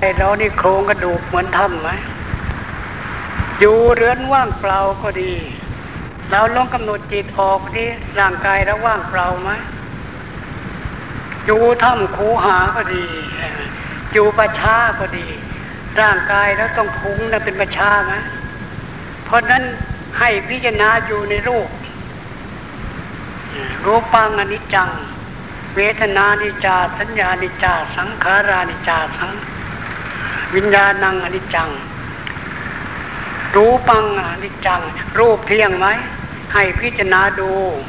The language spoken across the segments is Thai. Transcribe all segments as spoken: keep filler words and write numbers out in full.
เรานี่โครงกระดูกเหมือนถ้ำไหมอยู่เรือนว่างเปล่าก็ดีเราลองกำหนดจิตออกที่ร่างกายเราว่างเปล่าไหมอยู่ถ้ำคูหาก็ดีอยู่ประชาก็ดีร่างกายแล้วต้องพุงนั่นเป็นประชาไหมเพราะนั้นให้พิจารณาอยู่ในรูปรูปังอนิจจังเวทนานิจจาสัญญานิจจาสังขารานิจจาสังวิญญาณังอนิจจังรูปังอนิจจังรูปเที่ยงไหมให้พิจารณาดู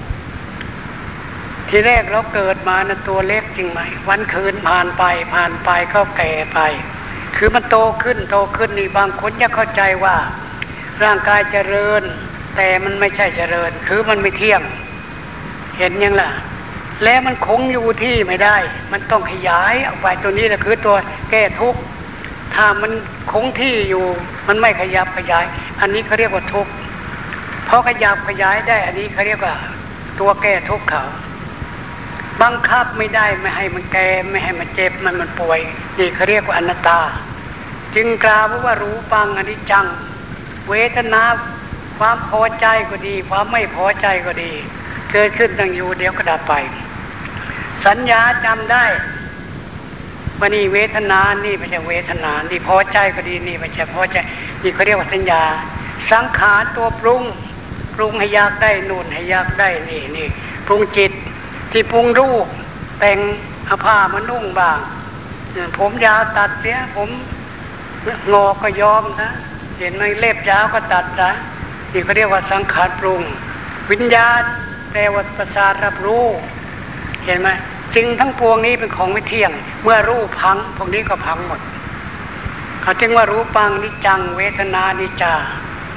ทีแรกเราเกิดมานะตัวเล็กจริงไหมวันคืนผ่านไปผ่านไปก็แก่ไปคือมันโตขึ้นโตขึ้นนี่บางคนจะเข้าใจว่าร่างกายเจริญแต่มันไม่ใช่เจริญคือมันไม่เที่ยงเห็นยังล่ะแล้วมันคงอยู่ที่ไม่ได้มันต้องขยายออกไปตัวนี้แหละคือตัวแก้ทุกข์ถ้ามันคงที่อยู่มันไม่ขยับขยายอันนี้เขาเรียกว่าทุกข์เพราะขยับขยายได้อันนี้เขาเรียกว่าตัวแก้ทุกข์เขาบังคับไม่ได้ไม่ให้มันแก่ไม่ให้มันเจ็บมันมันป่วยนี่เขาเรียกว่าอนัตตาจึงกล่าวว่ารูปังอนิจจังเวทนาความพอใจก็ดีความไม่พอใจก็ดีเกิดขึ้นตั้งอยู่เดี๋ยวก็ดับไปสัญญาจำได้ว่านี่เวทนานี่ไม่ใช่เวทนานี่พอใจก็ดีนี่ไม่ใช่พอใจนี่เขาเรียกว่าสัญญาสังขารตัวปรุงปรุงให้อยากได้นู่นให้อยากได้นี่นี่ปรุงจิตที่ปรุงรูปแต่งเอาผ้ามานุ่งบ้างผมยาวตัดเสียผมงอกก็ยอมนะเห็นไหมเล็บยาวก็ตัดซะนี่เขาเรียกว่าสังขารปรุงวิญญาณแปลว่าประสาทรับรู้เห็นไหมจึงทั้งปวงนี้เป็นของไม่เที่ยงเมื่อรูปพังพวกนี้ก็พังหมดเขาจึงว่ารูปังนิจจังเวทนานิจจา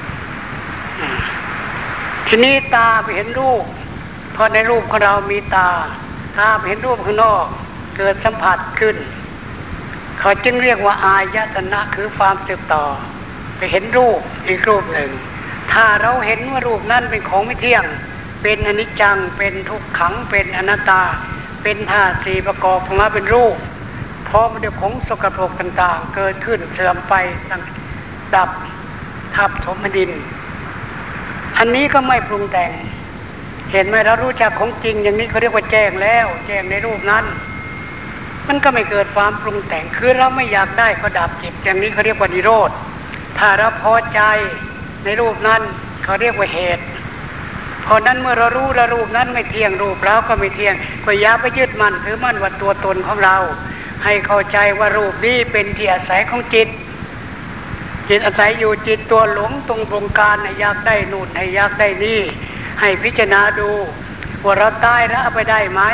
ทีนี้ตาไปเห็นรูปเพราะในรูปของเรามีตาตาไปเห็นรูปข้างนอกเกิดสัมผัสขึ้นเขาจึงเรียกว่าอายตนะคือความสืบต่อไปเห็นรูปอีกรูปหนึ่งถ้าเราเห็นว่ารูปนั้นเป็นของไม่เที่ยงเป็นอนิจจังเป็นทุกขังเป็นอนัตตาเป็นธาตุสี่ประกอบออกมาเป็นรูปพอมันเดี๋ยวของสกปรกต่างๆเกิดขึ้นเสื่อมไปดับทับถมดินอันนี้ก็ไม่ปรุงแต่งเห็นไหมเรารู้จักของจริงอย่างนี้เขาเรียกว่าแจ้งแล้วแจ้งในรูปนั้นมันก็ไม่เกิดความปรุงแต่งคือเราไม่อยากได้ก็ดับจิตอย่างนี้เขาเรียกว่านิโรธถ้าเราพอใจในรูปนั้นเขาเรียกว่าเหตุเพราะนั้นเมื่อเรารู้ว่ารูปนั้นไม่เที่ยงรูปแล้วก็ไม่เที่ยงก็อย่าไปยึดมั่นถือมั่นว่าตัวตนของเราให้เข้าใจว่ารูปนี้เป็นที่อาศัยของจิตจิตอาศัยอยู่จิตตัวหลงตรงบงการให้อยากได้นู่นให้อยากได้นี่ให้พิจารณาดูว่าเราตายแล้วเอาไปได้ไหม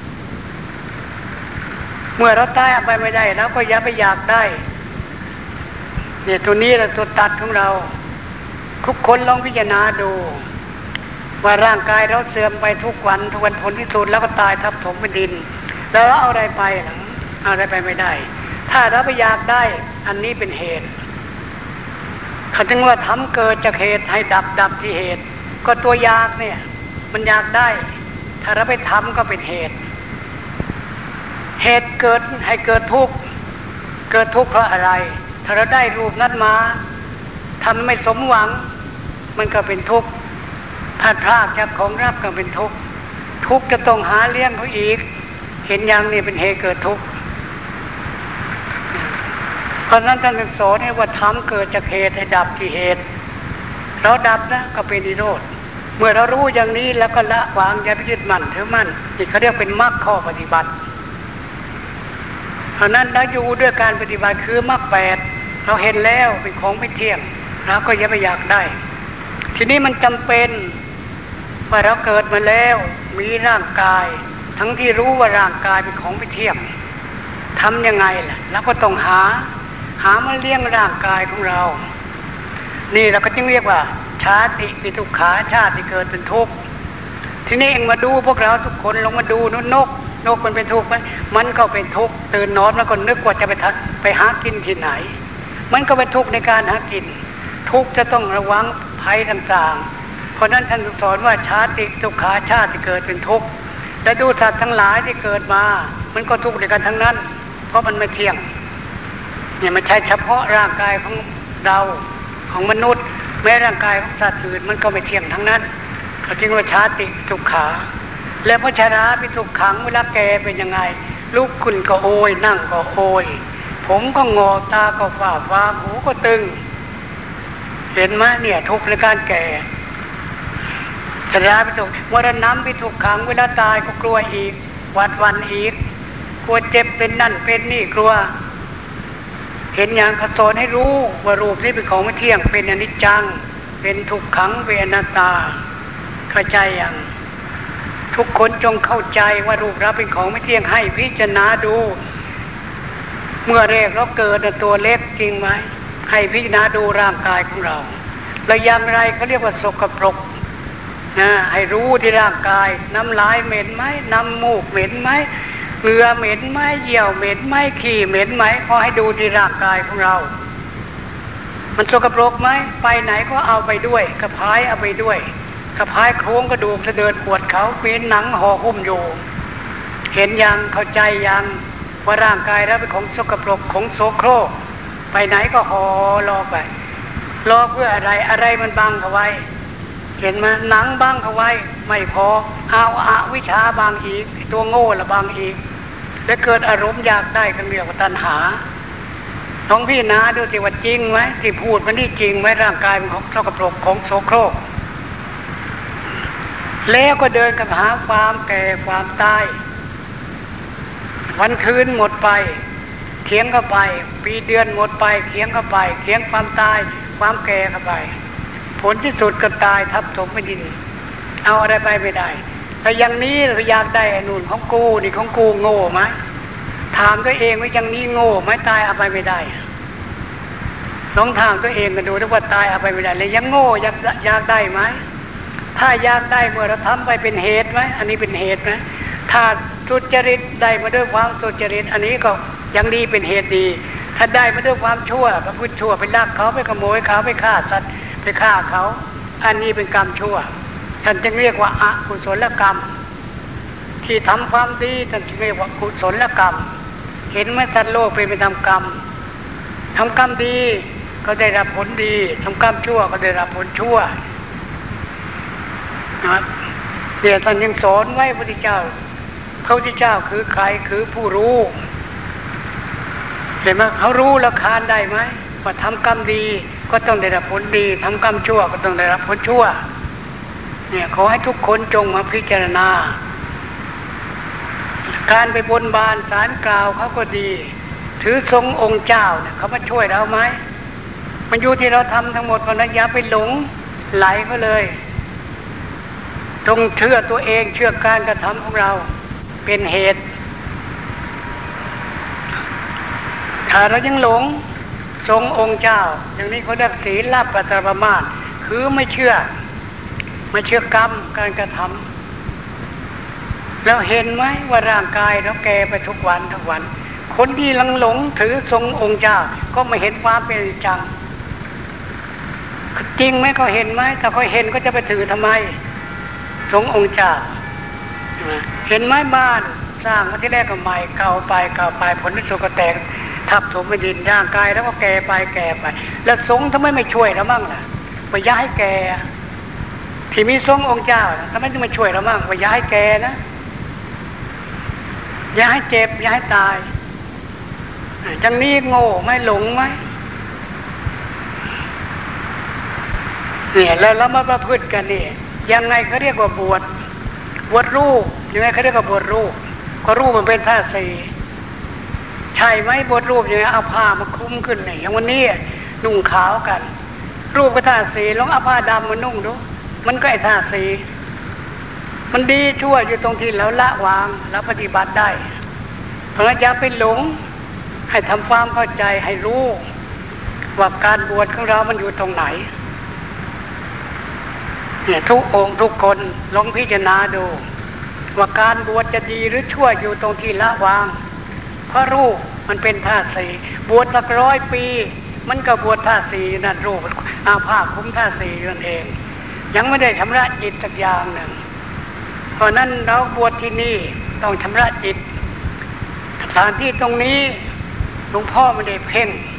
เมื่อเราตายเอาไปไม่ได้แล้วก็อย่าไปอยากได้เนี่ยตัวนี้แหละตัวตัดของเราทุกคนลองพิจารณาดูว่าร่างกายเราเสื่อมไปทุกวันทุกวันผลที่สุดแล้วก็ตายทับถมเป็นดินแล้วเราเอาอะไรไปเอาอะไรไปไม่ได้ถ้าเราไปอยากได้อันนี้เป็นเหตุเขาจึงว่าทำเกิดจากเหตุให้ดับดับที่เหตุก็ตัวอยากเนี่ยมันอยากได้ถ้าเราไปทำก็เป็นเหตุเหตุเกิดให้เกิดทุกข์เกิดทุกข์เพราะอะไรถ้าเราได้รูปนั้นมาทำไม่สมหวังมันก็เป็นทุกข์ถ้าพลาดจากของรักก็เป็นทุกข์ทุกข์จะต้องหาเลี้ยงเขาอีกเห็นอย่างนี้เป็นเหตุเกิดทุกข์เพราะนั้นท่านจึงสอนให้ว่าทำเกิดจากเหตุให้ดับที่เหตุเราดับนะก็เป็นนิโรธเมื่อเรารู้อย่างนี้แล้วก็ละวางอย่าไปยึดมั่นถือมั่นนี่เขาเรียกเป็นมรรคข้อปฏิบัติเพราะนั้นเราอยู่ด้วยการปฏิบัติคือมรรคแปดเราเห็นแล้วเป็นของไม่เที่ยงเราก็อย่าไปอยากได้ทีนี้มันจำเป็นว่าเราเกิดมาแล้วมีร่างกายทั้งที่รู้ว่าร่างกายเป็นของไม่เที่ยงทำยังไงล่ะเราก็ต้องหาหามาเลี้ยงร่างกายของเรานี่เราก็จึงเรียกว่าชาติปิทุกขาชาติที่เกิดเป็นทุกข์ทีนี้เองมาดูพวกเราทุกคนลงมาดูนกนกนกมันเป็นทุกข์ไหมมันก็เป็นทุกข์ตื่นนอนแล้วก็นึกว่าจะไปไปหากินที่ไหนมันก็เป็นทุกข์ในการหากินทุกข์จะต้องระวังภัยต่างๆเพราะนั้นท่านสอนว่าชาติทุกขาชาติที่เกิดเป็นทุกข์และดูสัตว์ทั้งหลายที่เกิดมามันก็ทุกข์ในกันทั้งนั้นเพราะมันไม่เที่ยงเนี่ยมันใช่เฉพาะร่างกายของเราของมนุษย์แม้ร่างกายของสัตว์อื่นมันก็ไม่เที่ยงทั้งนั้นเขาจึงว่าชาติทุกขาแล้วพอชราพิทุกขังเวลาแก่เป็นยังไงลุกขึ้นก็โอยนั่งก็โอยผมก็งอตาก็ฝ้าฟางหูก็ตึงเห็นไหมเนี่ยทุกข์ในการแก่ชราพิทุกมรณะพิทุกขังเวลาตายก็กลัวอีกวัดวันอีกกลัวเจ็บเป็นนั่นเป็นนี่กลัวเห็นอย่างเขาสอนให้รู้ว่ารูปนี้เป็นของไม่เที่ยงเป็นอนิจจังเป็นทุกขังเป็นอนัตตาเข้าใจอย่างทุกคนจงเข้าใจว่ารูปเราเป็นของไม่เที่ยงให้พิจารณาดูเมื่อแรกเราเกิดตัวเล็กจริงไหมให้พิจารณาดูร่างกายของเราแล้วอย่างไรเขาเรียกว่าสกปรกนะให้รู้ที่ร่างกายน้ำลายเหม็นไหมน้ำมูกเหม็นไหมเหงื่อเหม็นไหมเยี่ยวเหม็นไหมขี้เหม็นไหมพอให้ดูที่ร่างกายของเรามันสกปรกไหมไปไหนก็เอาไปด้วยกระพายเอาไปด้วยกระพายโครงกระดูกเสดินปวดเขาเป็นหนังห่อหุ้มอยู่เห็นยังเข้าใจยังว่าร่างกายเราเป็นของสกปรกของโสโครกไปไหนก็ห่อรอไปรอเพื่ออะไรอะไรมันบังเขาไว้เห็นไหมหนังบังเขาไว้ไม่พอเอาอาวิชชาบางอีกตัวโง่ละบางอีกและเกิดอารมณ์อยากได้กันเรียกว่าตัณหาท้องพี่นาดูสิว่าจริงไหมที่พูดมันนี่จริงไหมร่างกายมันของสกปรกของโสโครกแล้วก็เดินกับหาความแก่ความตายวันคืนหมดไปเคียงเข้าไปปีเดือนหมดไปเคียงเข้าไปเคียงความตายความแก่เข้าไปผลที่สุดก็ตายทับถมแผ่นดินเอาอะไรไปไม่ได้แต่อย่างนี้เราอยากได้ไอ้นู่นของกูนี่ของกูโง่ไหมถามตัวเองว่าอย่างนี้โง่ไหมตายเอาไปไม่ได้ลองถามตัวเองกันดูว่าตายเอาไปไม่ได้เลยยังโง่อยากอยากได้ไหมถ้าอยากได้เมื่อเราทำไปเป็นเหตุไหมอันนี้เป็นเหตุไหมถ้าสุจริตได้มาด้วยความสุจริตอันนี้ก็ยังดีเป็นเหตุดีถ้าได้มาด้วยความชั่วประพฤติชั่วไปลักเขาไปขโมยเขาไปฆ่าสัตว์ไปฆ่าเขาอันนี้เป็นกรรมชั่วท่านจึงเรียกว่าอกุศลกรรมที่ทำความดีท่านจึงเรียกว่ากุศลกรรมเห็นไหมสัตว์โลกเป็นไปตามกรรมทำกรรมดีก็ได้รับผลดีทำกรรมชั่วก็ได้รับผลชั่วนะเดี๋ยวท่านยังสอนไว้พระพุทธเจ้าพระพุทธเจ้าคือใครคือผู้รู้เห็นไหมเขารู้แล้วคานได้ไหมว่าทำกรรมดีก็ต้องได้รับผลดีทำกรรมชั่วก็ต้องได้รับผลชั่วเนี่ยขอให้ทุกคนจงมาพิจารณาการไปบนบานศาลกล่าวเขาก็ดีถือทรงองค์เจ้าเนี่ยเขามาช่วยเราไหมมันอยู่ที่เราทำทั้งหมดเพราะนั้นอย่าไปหลงไหลเขาเลยจงเชื่อตัวเองเชื่อการกระทำของเราเป็นเหตุถ้าเรายังหลงทรงองค์เจ้าอย่างนี้เขาเรียกศีลปัตตปมาสคือไม่เชื่อไม่เชื่อกรรมการกระทำแล้วเห็นไหมว่าร่างกายเราแก่ไปทุกวันทุกวันคนที่ลังหลงถือทรงองค์เจ้าก็ไม่เห็นความเป็นจังจริงไหมเขาเห็นไหมถ้าเขาเห็นก็จะไปถือทำไมทรงองค์เจ้าเห็นไหมบ้านสร้างมาที่แรกก็ใหม่เก่าไปเก่าไปผลที่สุดก็แตกทับถมไปดินร่างกายแล้วก็แก่ไปแก่ไปแล้วทรงทำไมไม่ช่วยเรามั่งล่ะไปย้ายแก่ที่มีทรงองค์เจ้าทำไมถึงไม่ช่วยเรามั่งไปย้ายแก่นะย้ายเจ็บย้ายตายจังนี้โง่ไม่หลงไหมเนี่ยแล้วเรามาประพฤติกันนี่ยังไงเขาเรียกว่าบวชบวชรูปยังไงเขาเรียกว่าบวชรูปก็รูปมันเป็นธาตุสี่ใช่ไหมบวชรูปยังไงเอาผ้ามาคลุมขึ้นเนี่ยอย่างวันนี้นุ่งขาวกันรูปก็ธาตุสี่ลองเอาผ้าดำมานุ่งดูมันก็ไอ้ธาตุสี่มันดีชั่วอยู่ตรงที่เราละวางแล้วปฏิบัติได้เพราะงั้นอย่าไปหลงให้ทำความเข้าใจให้รู้ว่าการบวชของเรามันอยู่ตรงไหนเนี่ยทุกองค์ทุกคนลองพิจารณาดูว่าการบวชจะดีหรือชั่วอยู่ตรงที่ละวางเพราะรูปมันเป็นธาตุสี่บวชสักร้อยปีมันก็บวชธาตุสี่นั่นรูปอาภาคคุ้มธาตุสี่นั่นเองยังไม่ได้ชำระจิตสักอย่างหนึ่งเพราะนั้นเราบวชที่นี่ต้องชำระจิตสถานที่ตรงนี้หลวงพ่อไม่ได้เพ่ง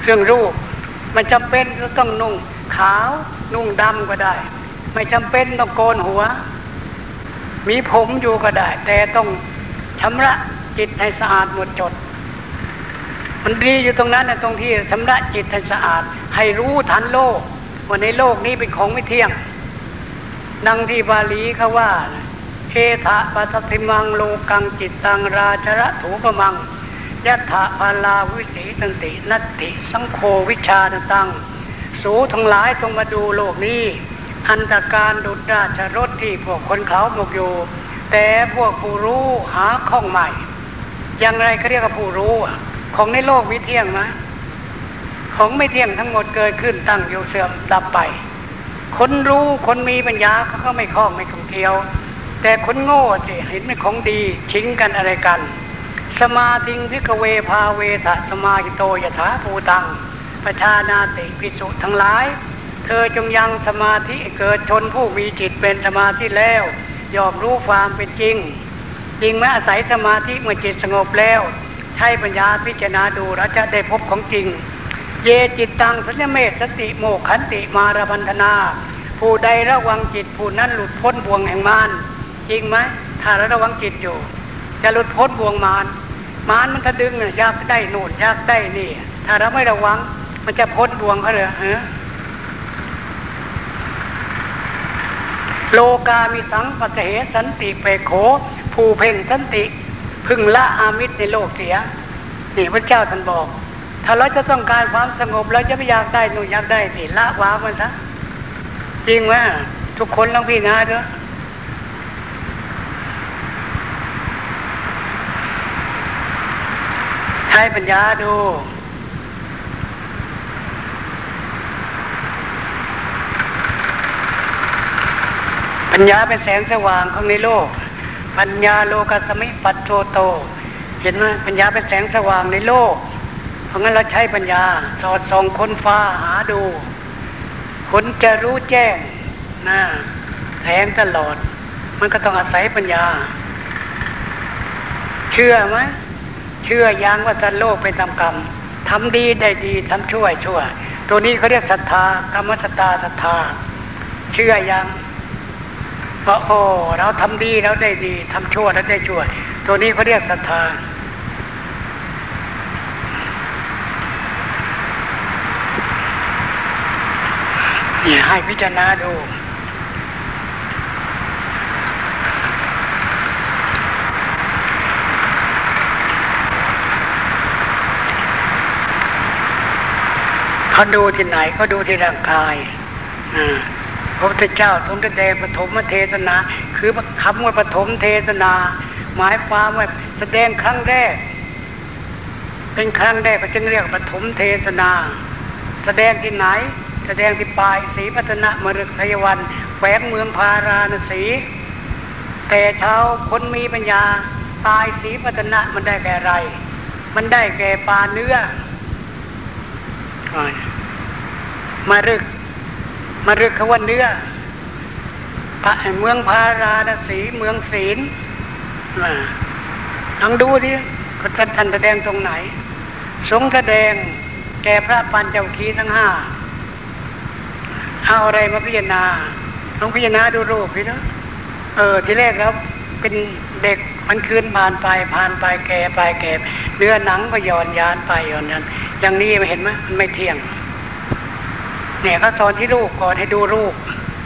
เครื่องรูปมันจำเป็นต้องนุ่งขาวนุ่งดำก็ได้ไม่จำเป็นต้องโกนหัวมีผมอยู่ก็ได้แต่ต้องชำระจิตให้สะอาดหมดจดมันดีอยู่ตรงนั้นนะตรงที่ชำระจิตให้สะอาดให้รู้ทันโลกว่าในโลกนี้เป็นของไม่เที่ยงดังที่บาลีเขาว่าเอถะปัสสิมังโลกังจิตตังราชระถูปมังยัตถะพาลาวิสีตันตินัตติสังโฆวิชาตังสูทั้งหลายต้องมาดูโลกนี้อันตรการดุจราชรถที่พวกคนเขาหมกอยู่แต่พวกผู้รู้หาข้องใหม่อย่างไรเขาเรียกว่าผู้รู้ของในโลกวิเที่ยงไหมของไม่เที่ยงทั้งหมดเกิดขึ้นตั้งอยู่เสื่อมดับไปคนรู้คนมีปัญญาเขาก็ไม่คล้องไม่คงเที่ยวแต่คนโง่สิเห็นไม่ของดีชิงกันอะไรกันสมาธิพิกเวภาเวทะสมาหิโตยถาภูตังประชานาติภิกษุทั้งหลายเธอจงยังสมาธิเกิดชนผู้มีจิตเป็นสมาธิแล้วยอมรู้ความเป็นจริงจริงเมื่ออาศัยสมาธิเมื่อจิตสงบแล้วใช้ปัญญาพิจารณาดูเราจะได้พบของจริงเยจิตตังสัญญเมตสติโมกขันติมารพันธนาผู้ใดระวังจิตผู้นั้นหลุดพ้นบ่วงแห่งมารจริงไหมถ้าเราระวังจิตอยู่จะหลุดพ้นบ่วงมารมารมันจะดึงอยากได้โน่นอยากได้นี่ถ้าเราไม่ระวังมันจะพ้นบ่วงเขาเลยฮะโลกามิสังปัสเหสันติเปโขผู้เพ่งสันติพึงละอามิตรในโลกเสียนี่พระเจ้าท่านบอกถ้าเราจะต้องการความสงบเราจะไม่อยากได้หนูอยากได้สิละวางมันซะจริงไหมทุกคนต้องพิจารณาด้วยใช้ปัญญาดูปัญญาเป็นแสงสว่างของในโลกปัญญาโลกัสมิปัจโชโตเห็นไหมปัญญาเป็นแสงสว่างในโลกเพราะงั้นเราใช้ปัญญาสอดส่องค้นฟ้าหาดูคนจะรู้แจ้งนะแทงตลอดมันก็ต้องอาศัยปัญญาเชื่อไหมเชื่อยังว่าสัตว์โลกเป็นตามกรรมทำดีได้ดีทำชั่วชั่วตัวนี้เขาเรียกศรัทธากรรมศรัทธาศรัทธาเชื่อยังเพราะโอ้เราทำดีแล้วได้ดีทำชั่วแล้วได้ชั่วตัวนี้เขาเรียกศรัทธานี่ให้พิจารณาดูเขาดูที่ไหนเขาดูที่ร่างกายพระพุทธเจ้าทรงแสดงปฐมเทศนาคือคำว่าปฐมเทศนาหมายความว่าแสดงครั้งแรกเป็นครั้งแรกก็จึงเรียกปฐมเทศนาแสดงที่ไหนแสดงที่ปลายศรีพัฒนมฤคทวันแขวงเมืองพาราณสีแต่ชาวคนมีปัญญาปลายศรีพัฒนมันได้แก่อะไรมันได้แก่ปลาเนื้อมารึกมารึกคำว่าเนื้อเมืองพาราณสีเมืองศีลลองดูดิท่านท่านแสดงตรงไหนทรงแสดงแก่พระปัญจวัคคีย์ทั้งห้าเอาอะไรมาพิจารณาลองพิจารณาดูรูปพี่นะเออทีแรกแล้วเป็นเด็กมันคืนผ่านไปผ่านไปแก่ไปแก่เนื้อหนังก็ย่อนยานไปย่อนยานอย่างนี้เห็นไหมมันไม่เที่ยงเนี่ยเขาสอนที่รูปก่อนให้ดูรูป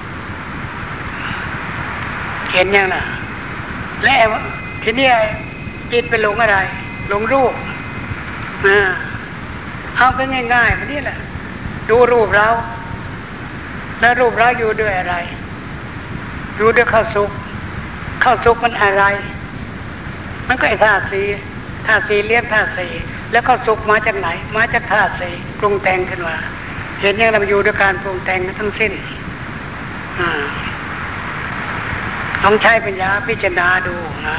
เห็นยังน่ะและทีนี้จิตไปหลงอะไรหลงรูปอ่าเอาไปง่ายๆมันนี่แหละดูรูปเราแล้วรูปเราอยู่ด้วยอะไรอยู่ด้วยข้าวสุกข้าวสุกมันอะไรมันก็ไอ้ธาตุสี่ธาตุสี่เลี้ยงธาตุสี่แล้วข้าวสุกมาจากไหนมาจากธาตุสี่ปรุงแต่งขึ้นมาเห็นยังเราอยู่ด้วยการปรุงแต่งทั้งสิ้นอ่าต้องใช้ปัญญาพิจารณาดูนะ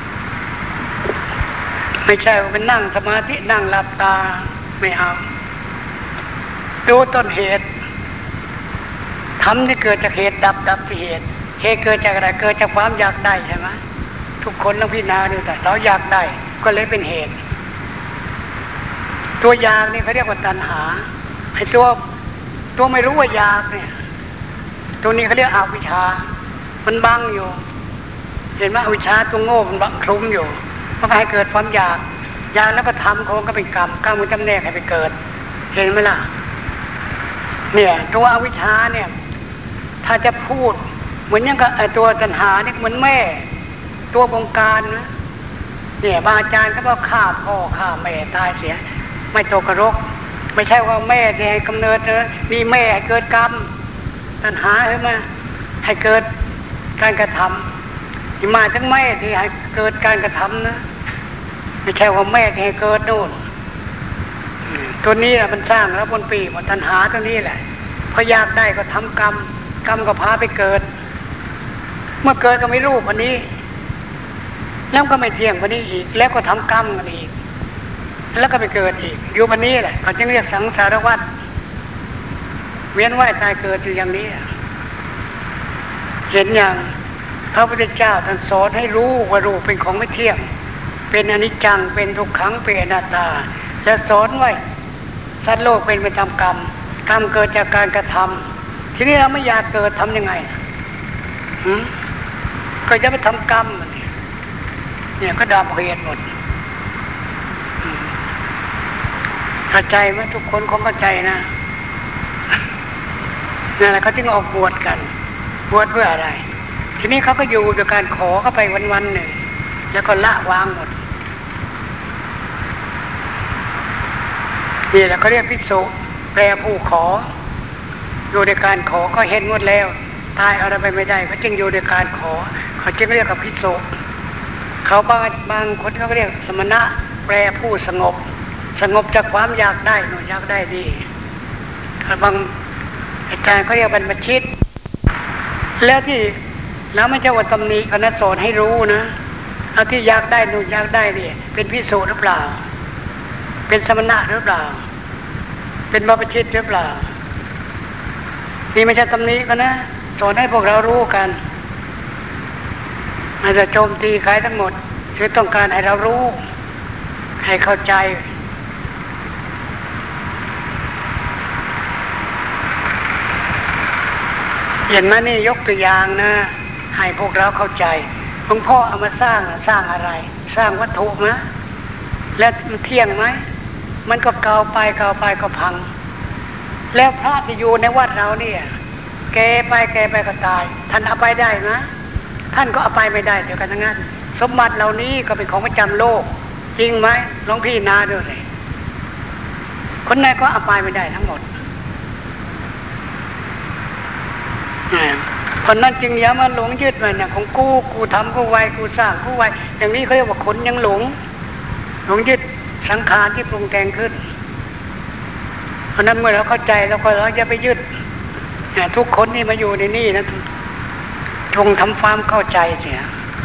ไม่ใช่ว่าเป็นนั่งสมาธินั่งหลับตาไม่เอาดูต้นเหตุทำที่เกิดจากเหตุดับดับที่เหตุเหตุเกิดจากอะไรเกิดจากความอยากได้ใช่ไหมทุกคนต้องพิจารณาดูแต่เราอยากได้ก็เลยเป็นเหตุตัวอยากนี่เขาเรียกว่าตัณหาไอ้ตัวตัวไม่รู้ว่าอยากเนี่ยตัวนี้เขาเรียกอวิชชามันบังอยู่เห็นไหมอวิชชาตัวโง่มันบังคลุมอยู่มันก็ให้เกิดความอยากอยากแล้วก็ทำโคงก็เป็นกรรมกรรมมันจำแนกให้ไปเกิดเห็นไหมล่ะเนี่ยตัวอวิชชาเนี่ยถ้าจะพูดเหมือนอย่างกับตัวตัณหาเนี่ยเหมือนแม่ตัวบงการนะเนี่ยบางอาจารย์ก็บอกฆ่าพ่อฆ่าแม่ตายเสียไม่ตกกระรกไม่ใช่ว่าแม่ที่ให้กำเนิดนะนี่แม่ให้เกิดกรรมตัณหาใช่ไหมให้เกิดการกระทำที่มาทั้งแม่ที่ให้เกิดการกระทำนะไม่ใช่ว่าแม่ที่ให้เกิดนู่นตัวนี้แหละมันสร้างแล้วบนปีมันตัณหาตัวนี้แหละพออยากได้ก็ทำกรรมกรรมก็พาไปเกิดเมื่อเกิดก็ไม่รู้วันนี้แล้วก็ไม่เที่ยงวันนี้อีกแล้วก็ทำกรรมกันอีกแล้วก็ไปเกิดอีกอยู่วันนี้แหละเขาจึงเรียกสังสารวัฏเวียนว่ายตายเกิดอยู่อย่างนี้เห็นอย่างพระพุทธเจ้าท่านสอนให้รู้ว่ารูปเป็นของไม่เที่ยงเป็นอนิจจังเป็นทุกขังเป็นอนัตตาและสอนไว้สัตว์โลกเป็นไปตามกรรมกรรมเกิดจากการกระทำทีนี้เราไม่อยากเกิดทำยังไงก็จะไปทำกรรมเนี่ยก็ดับเหตุหมดเข้าใจไหมทุกคนคงเข้าใจนะนั่นแหละเขาจึงออกบวชกันบวชเพื่ออะไรทีนี้เขาก็อยู่โดยการขอเข้าไปวันๆหนึ่งแล้วก็ละวางหมดนี่แหละเขาเรียกภิกษุแปลผู้ขออยู่ในการขอก็เห็นหมดแล้วตายอะไรไปไม่ได้เขาจึงอยู่ในการขอเขาจึงเรียกกับภิกษุเขาบางบางคนเขาเรียกสมณะแปลผู้สงบสงบจากความอยากได้หนูอยากได้ดีบางอาจารย์เขาเรียกบรรพชิตแล้วที่แล้วไม่ใช่ว่าตำหนิคณะสอนให้รู้นะเอาที่อยากได้หนูอยากได้นี่เป็นภิกษุหรือเปล่าเป็นสมณะหรือเปล่าเป็นบรรพชิตหรือเปล่านี่ไม่ใช่ตำหนิกันนะสอนให้พวกเรารู้กันอาจจะโจมตีใครทั้งหมดคือต้องการให้เรารู้ให้เข้าใจเห็นไหมนี่ยกตัวอย่างนะให้พวกเราเข้าใจหลวงพ่อเอามาสร้างสร้างอะไรสร้างวัตถุนะแล้วมันเที่ยงไหมมันก็เก่าไปเก่าไปก็พังแล้วพระที่อยู่ในวัดเราเนี่ยแกไปแกไปก็ตายท่านเอาไปได้นะท่านก็เอาไปไม่ได้เดียวกันทั้งนั้นสมบัติเหล่านี้ก็เป็นของประจำโลกจริงไหมลองพี่นาดูเลยคนไหนก็เอาไปไม่ได้ทั้งหมดคนนั้นจึงอย่ามาหลงยึดมันเนี่ยของกูกูทำกูไวกูสร้างกูไวอย่างนี้เขาเรียกว่าคนยังหลงหลงยึดสังขารที่ปรุงแต่งขึ้นเพราะนั้นเมื่อเราเข้าใจแล้วก็เราจะไปยึดทุกคนนี่มาอยู่ในนี่นะจงทำความเข้าใจเสีย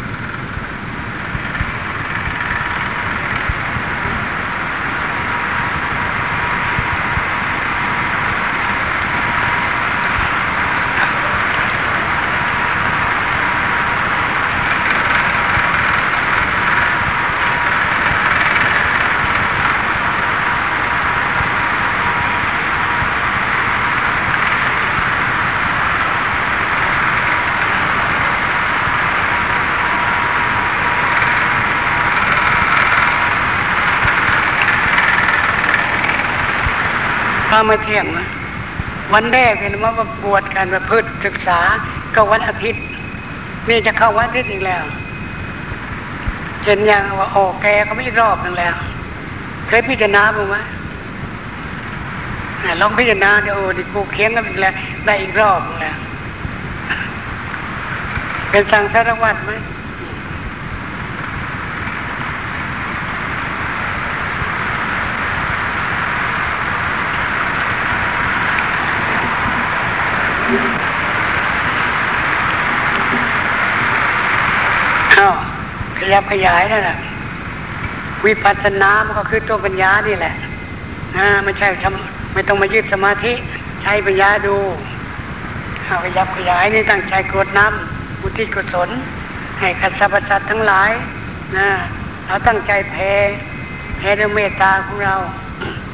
ถ้าไม่เที่ยงนะวันแรกเห็นว่าบวชกันมาพึ่งศึกษาก็วันอาทิตย์นี่จะเข้าวันอาทิตย์อีกแล้วเห็นยังว่าโอ้แกเขาไม่รอบนึงแล้วเคยพิจารณาบ้างไหมลองพิจารณาเดี๋ยวดิกูเคียงกันอีกแล้วได้อีกรอบนึงแล้วเป็นสังสารวัฏไหมขยับขยายนั่นแหละวิปัสสนามันก็คือตัวปัญญานี่แหละนะไม่ใช่ทำไม่ต้องมายึดสมาธิใช้ปัญญาดูเอาขยับขยายนี่ตั้งใจกรวดน้ำอุทิศกุศลให้กับสรรพสัตว์ทั้งหลายนะเราตั้งใจแผ่แผ่ด้วยเมตตาของเรา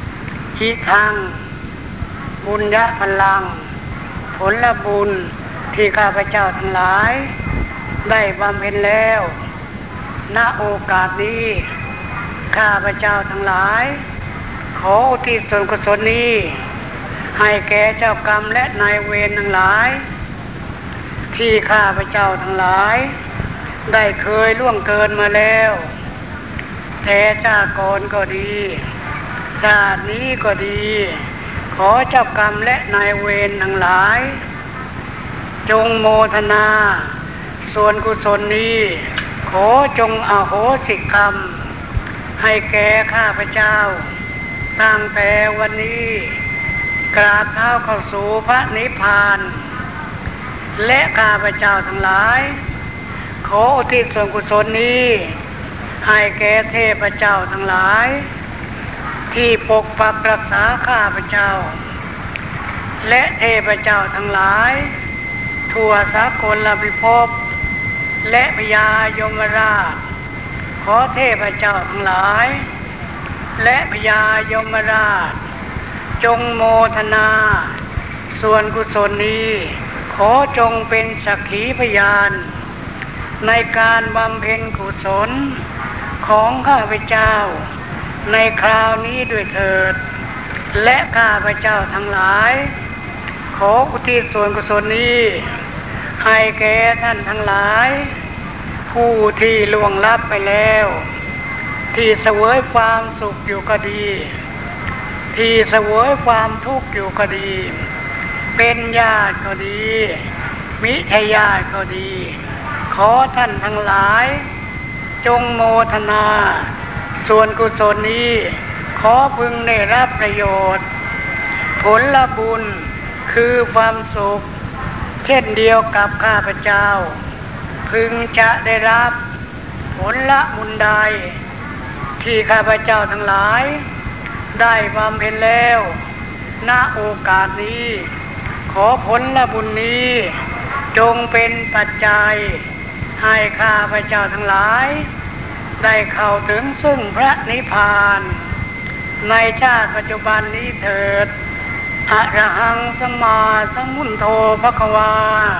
จิทางบุญญะพลังผลละบุญที่ข้าพเจ้าทั้งหลายได้บำเพ็ญแล้วณโอกาสนี้ข้าพเจ้าทั้งหลายขออุทิศส่วนกุศลนี้ให้แก่เจ้ากรรมและนายเวรทั้งหลายที่ข้าพเจ้าทั้งหลายได้เคยล่วงเกินมาแล้วแต่ชาติก่อนก็ดีชาตินี้ก็ดีขอเจ้ากรรมและนายเวรทั้งหลายจงโมทนาส่วนกุศลนี้ขอจงอโหสิกรรมให้แก่ข้าพเจ้าตั้งแต่วันนี้กราบเท้าเข้าสู่พระนิพพานและข้าพเจ้าทั้งหลายขออุทิศส่วนกุศลนี้ให้แก่เทพเจ้าทั้งหลายที่ปกปักรักษาข้าพเจ้าและเทพเจ้าทั้งหลายทั่วสากลพิภพและพญายมราชขอเทพเจ้าทั้งหลายและพญายมราชจงโมทนาส่วนกุศลนี้ขอจงเป็นสักขีพยานในการบำเพ็ญกุศลของข้าพเจ้าในคราวนี้ด้วยเถิดและข้าพเจ้าทั้งหลายขออุทิศส่วนกุศลนี้ให้แก่ท่านทั้งหลายผู้ที่ล่วงลับไปแล้วที่เสวยความสุขอยู่ก็ดีที่เสวยความทุกข์อยู่ก็ดีเป็นญาติก็ดีมิใช่ญาติก็ดีขอท่านทั้งหลายจงโมทนาส่วนกุศลนี้ขอพึงได้รับประโยชน์ผลละบุญคือความสุขเช่นเดียวกับข้าพเจ้าพึงจะได้รับผลละบุญใดที่ข้าพเจ้าทั้งหลายได้บำเพ็ญแล้วณโอกาสนี้ขอผลละบุญนี้จงเป็นปัจจัยให้ข้าพเจ้าทั้งหลายได้เข้าถึงซึ่งพระนิพพานในชาติปัจจุบันนี้เถิดอะระหังสัมมาสัมพุทโธภควา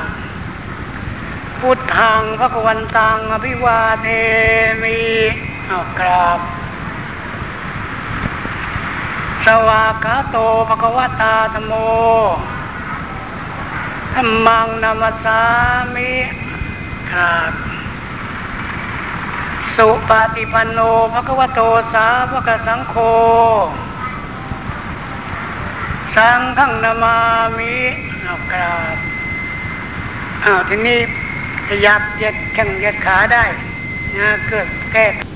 พุทธังภควันตังอภิวาเทมิเอากราบสวากขาโตภควตาธัมโมธัมมังนัมมัสสามิครับสุปฏิปันโนภควโตสาวกสังโฆสังฆังนามามิเอากราบอ้าวทีนี้ขยับเหยียดแข้งเหยียดขาได้นะเกิดแก้